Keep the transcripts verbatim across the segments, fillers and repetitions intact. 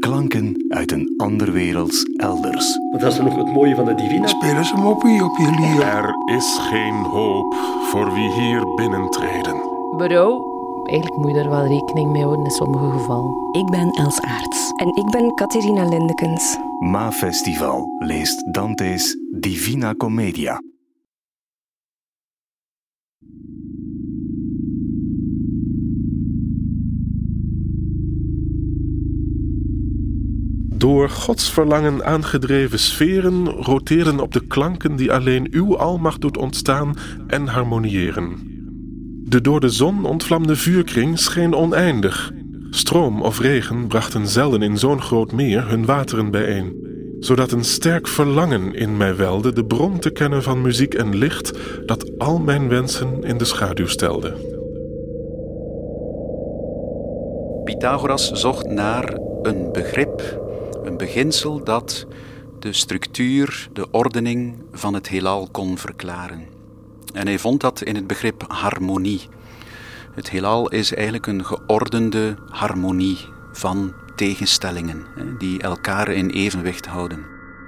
klanken uit een ander werelds elders. Maar dat is nog het mooie van de Divina. Spelen ze moppie op je lier. Er is geen hoop voor wie hier binnentreden. Bureau. Eigenlijk moet je daar wel rekening mee houden in sommige gevallen. Ik ben Els Aerts. En ik ben Catharina Lindekens. MAFestival leest Dante's Divina Commedia. Door Gods verlangen aangedreven sferen roteren op de klanken die alleen uw almacht doet ontstaan en harmoniëren. De door de zon ontvlamde vuurkring scheen oneindig. Stroom of regen brachten zelden in zo'n groot meer hun wateren bijeen, zodat een sterk verlangen in mij welde de bron te kennen van muziek en licht dat al mijn wensen in de schaduw stelde. Pythagoras zocht naar een begrip, een beginsel dat de structuur, de ordening van het heelal kon verklaren. En hij vond dat in het begrip harmonie. Het heelal is eigenlijk een geordende harmonie van tegenstellingen die elkaar in evenwicht houden.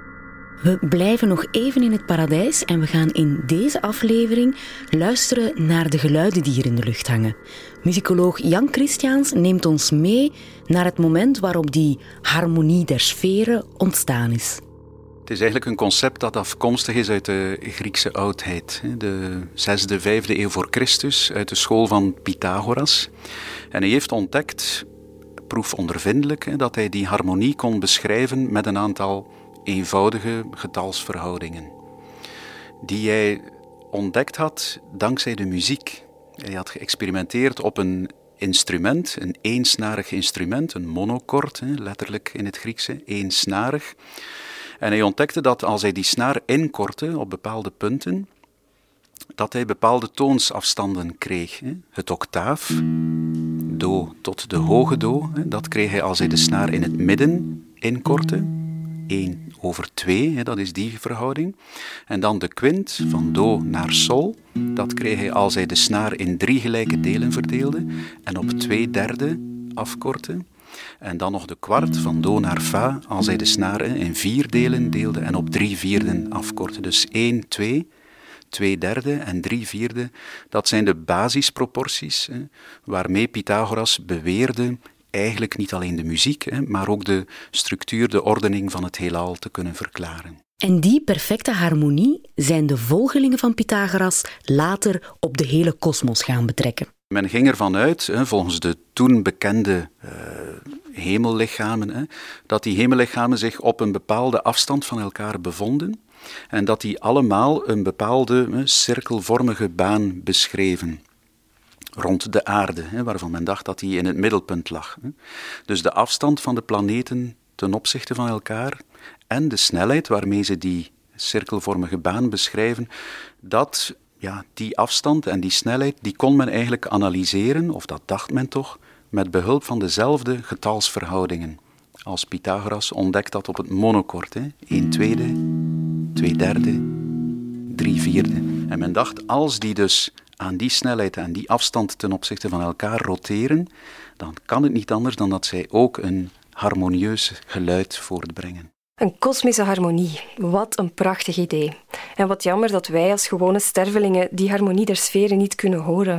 We blijven nog even in het paradijs en we gaan in deze aflevering luisteren naar de geluiden die hier in de lucht hangen. Muzikoloog Jan Christiaans neemt ons mee naar het moment waarop die harmonie der sferen ontstaan is. Het is eigenlijk een concept dat afkomstig is uit de Griekse oudheid. De zesde, vijfde eeuw voor Christus, uit de school van Pythagoras. En hij heeft ontdekt, proefondervindelijk, dat hij die harmonie kon beschrijven met een aantal eenvoudige getalsverhoudingen. Die hij ontdekt had dankzij de muziek. Hij had geëxperimenteerd op een instrument, een eensnarig instrument, een monochord, letterlijk in het Griekse, eensnarig. En hij ontdekte dat als hij die snaar inkortte op bepaalde punten, dat hij bepaalde toonsafstanden kreeg. Het octaaf, do tot de hoge do, dat kreeg hij als hij de snaar in het midden inkortte. één over twee, dat is die verhouding. En dan de kwint, van do naar sol, dat kreeg hij als hij de snaar in drie gelijke delen verdeelde en op twee derde afkortte. En dan nog de kwart, van do naar fa, als hij de snaar in vier delen deelde en op drie vierden afkortte. Dus één, twee, twee derde en drie vierde, dat zijn de basisproporties hè, waarmee Pythagoras beweerde eigenlijk niet alleen de muziek, hè, maar ook de structuur, de ordening van het heelal te kunnen verklaren. En die perfecte harmonie zijn de volgelingen van Pythagoras later op de hele kosmos gaan betrekken. Men ging ervan uit, hè, volgens de toen bekende uh, hemellichamen, hè, dat die hemellichamen zich op een bepaalde afstand van elkaar bevonden en dat die allemaal een bepaalde hè, cirkelvormige baan beschreven rond de aarde, hè, waarvan men dacht dat die in het middelpunt lag. Hè. Dus de afstand van de planeten ten opzichte van elkaar en de snelheid waarmee ze die cirkelvormige baan beschrijven, dat, ja, die afstand en die snelheid, die kon men eigenlijk analyseren, of dat dacht men toch, met behulp van dezelfde getalsverhoudingen. Als Pythagoras ontdekt dat op het monochord, hè, één tweede, twee derde, drie vierde. En men dacht, als die dus aan die snelheid en die afstand ten opzichte van elkaar roteren, dan kan het niet anders dan dat zij ook een harmonieus geluid voortbrengen. Een kosmische harmonie, wat een prachtig idee. En wat jammer dat wij als gewone stervelingen die harmonie der sferen niet kunnen horen.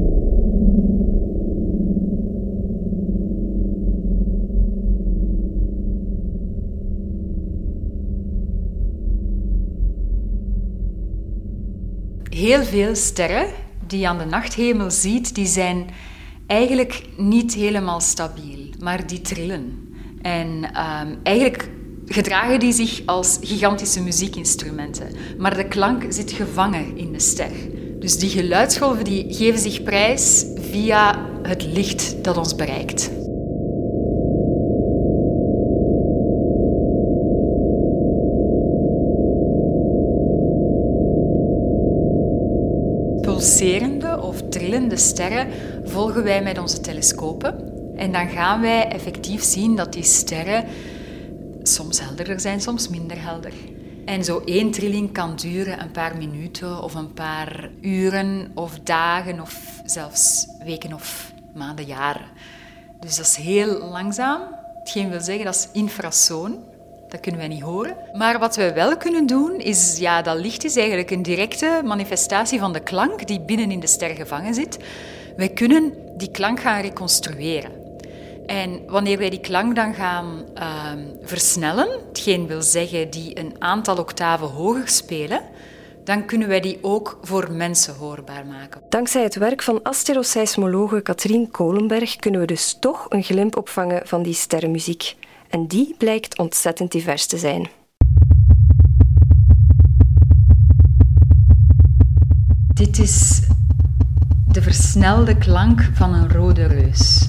Heel veel sterren die je aan de nachthemel ziet, die zijn eigenlijk niet helemaal stabiel, maar die trillen. En um, eigenlijk gedragen die zich als gigantische muziekinstrumenten. Maar de klank zit gevangen in de ster. Dus die geluidsgolven die geven zich prijs via het licht dat ons bereikt. Pulserende of trillende sterren volgen wij met onze telescopen. En dan gaan wij effectief zien dat die sterren soms helderder zijn, soms minder helder. En zo één trilling kan duren een paar minuten of een paar uren of dagen of zelfs weken of maanden, jaren. Dus dat is heel langzaam, Hetgeen wil zeggen, dat is infrasoon. Dat kunnen wij niet horen. Maar wat wij wel kunnen doen, is... Ja, dat licht is eigenlijk een directe manifestatie van de klank die binnen in de ster gevangen zit. Wij kunnen die klank gaan reconstrueren. En wanneer wij die klank dan gaan uh, versnellen, hetgeen wil zeggen die een aantal octaven hoger spelen, dan kunnen wij die ook voor mensen hoorbaar maken. Dankzij het werk van asteroseismologe Katrien Kolenberg kunnen we dus toch een glimp opvangen van die sterrenmuziek. En die blijkt ontzettend divers te zijn. Dit is de versnelde klank van een rode reus.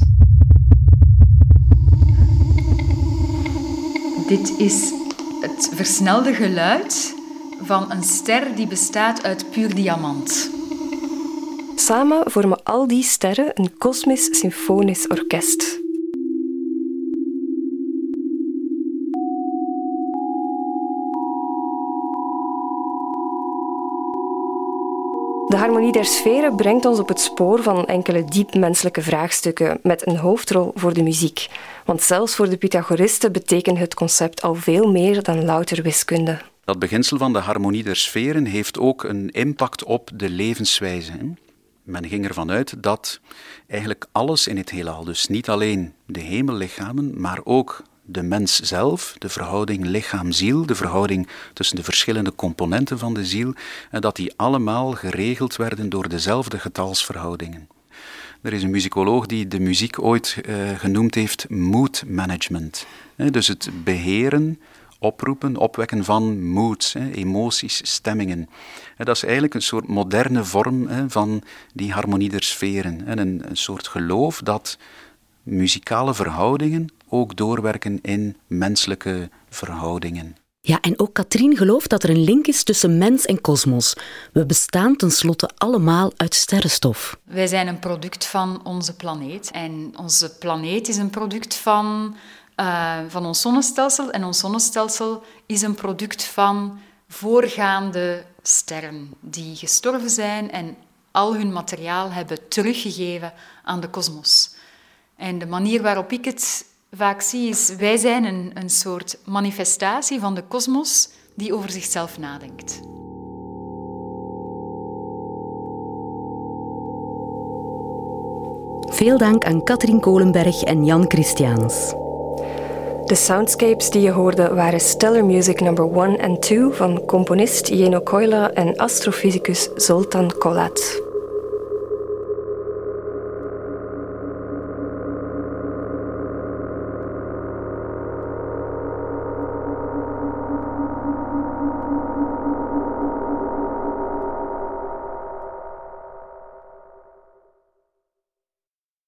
Dit is het versnelde geluid van een ster die bestaat uit puur diamant. Samen vormen al die sterren een kosmisch symfonisch orkest. De harmonie der sferen brengt ons op het spoor van enkele diep menselijke vraagstukken met een hoofdrol voor de muziek. Want zelfs voor de Pythagoristen betekent het concept al veel meer dan louter wiskunde. Dat beginsel van de harmonie der sferen heeft ook een impact op de levenswijze. Men ging ervan uit dat eigenlijk alles in het heelal, dus niet alleen de hemellichamen, maar ook de mens zelf, de verhouding lichaam-ziel, de verhouding tussen de verschillende componenten van de ziel, dat die allemaal geregeld werden door dezelfde getalsverhoudingen. Er is een muzikoloog die de muziek ooit uh, genoemd heeft mood management. Dus het beheren, oproepen, opwekken van moods, emoties, stemmingen. Dat is eigenlijk een soort moderne vorm van die harmonie der sferen. Een, een soort geloof dat muzikale verhoudingen ook doorwerken in menselijke verhoudingen. Ja, en ook Katrien gelooft dat er een link is tussen mens en kosmos. We bestaan tenslotte allemaal uit sterrenstof. Wij zijn een product van onze planeet. En onze planeet is een product van, uh, van ons zonnestelsel. En ons zonnestelsel is een product van voorgaande sterren die gestorven zijn en al hun materiaal hebben teruggegeven aan de kosmos. En de manier waarop ik het vaak zie is, wij zijn een, een soort manifestatie van de kosmos die over zichzelf nadenkt. Veel dank aan Katrien Kolenberg en Jan Christiaans. De soundscapes die je hoorde waren Stellar Music nummer one en two van componist Jeno Koila en astrofysicus Zoltan Kolat.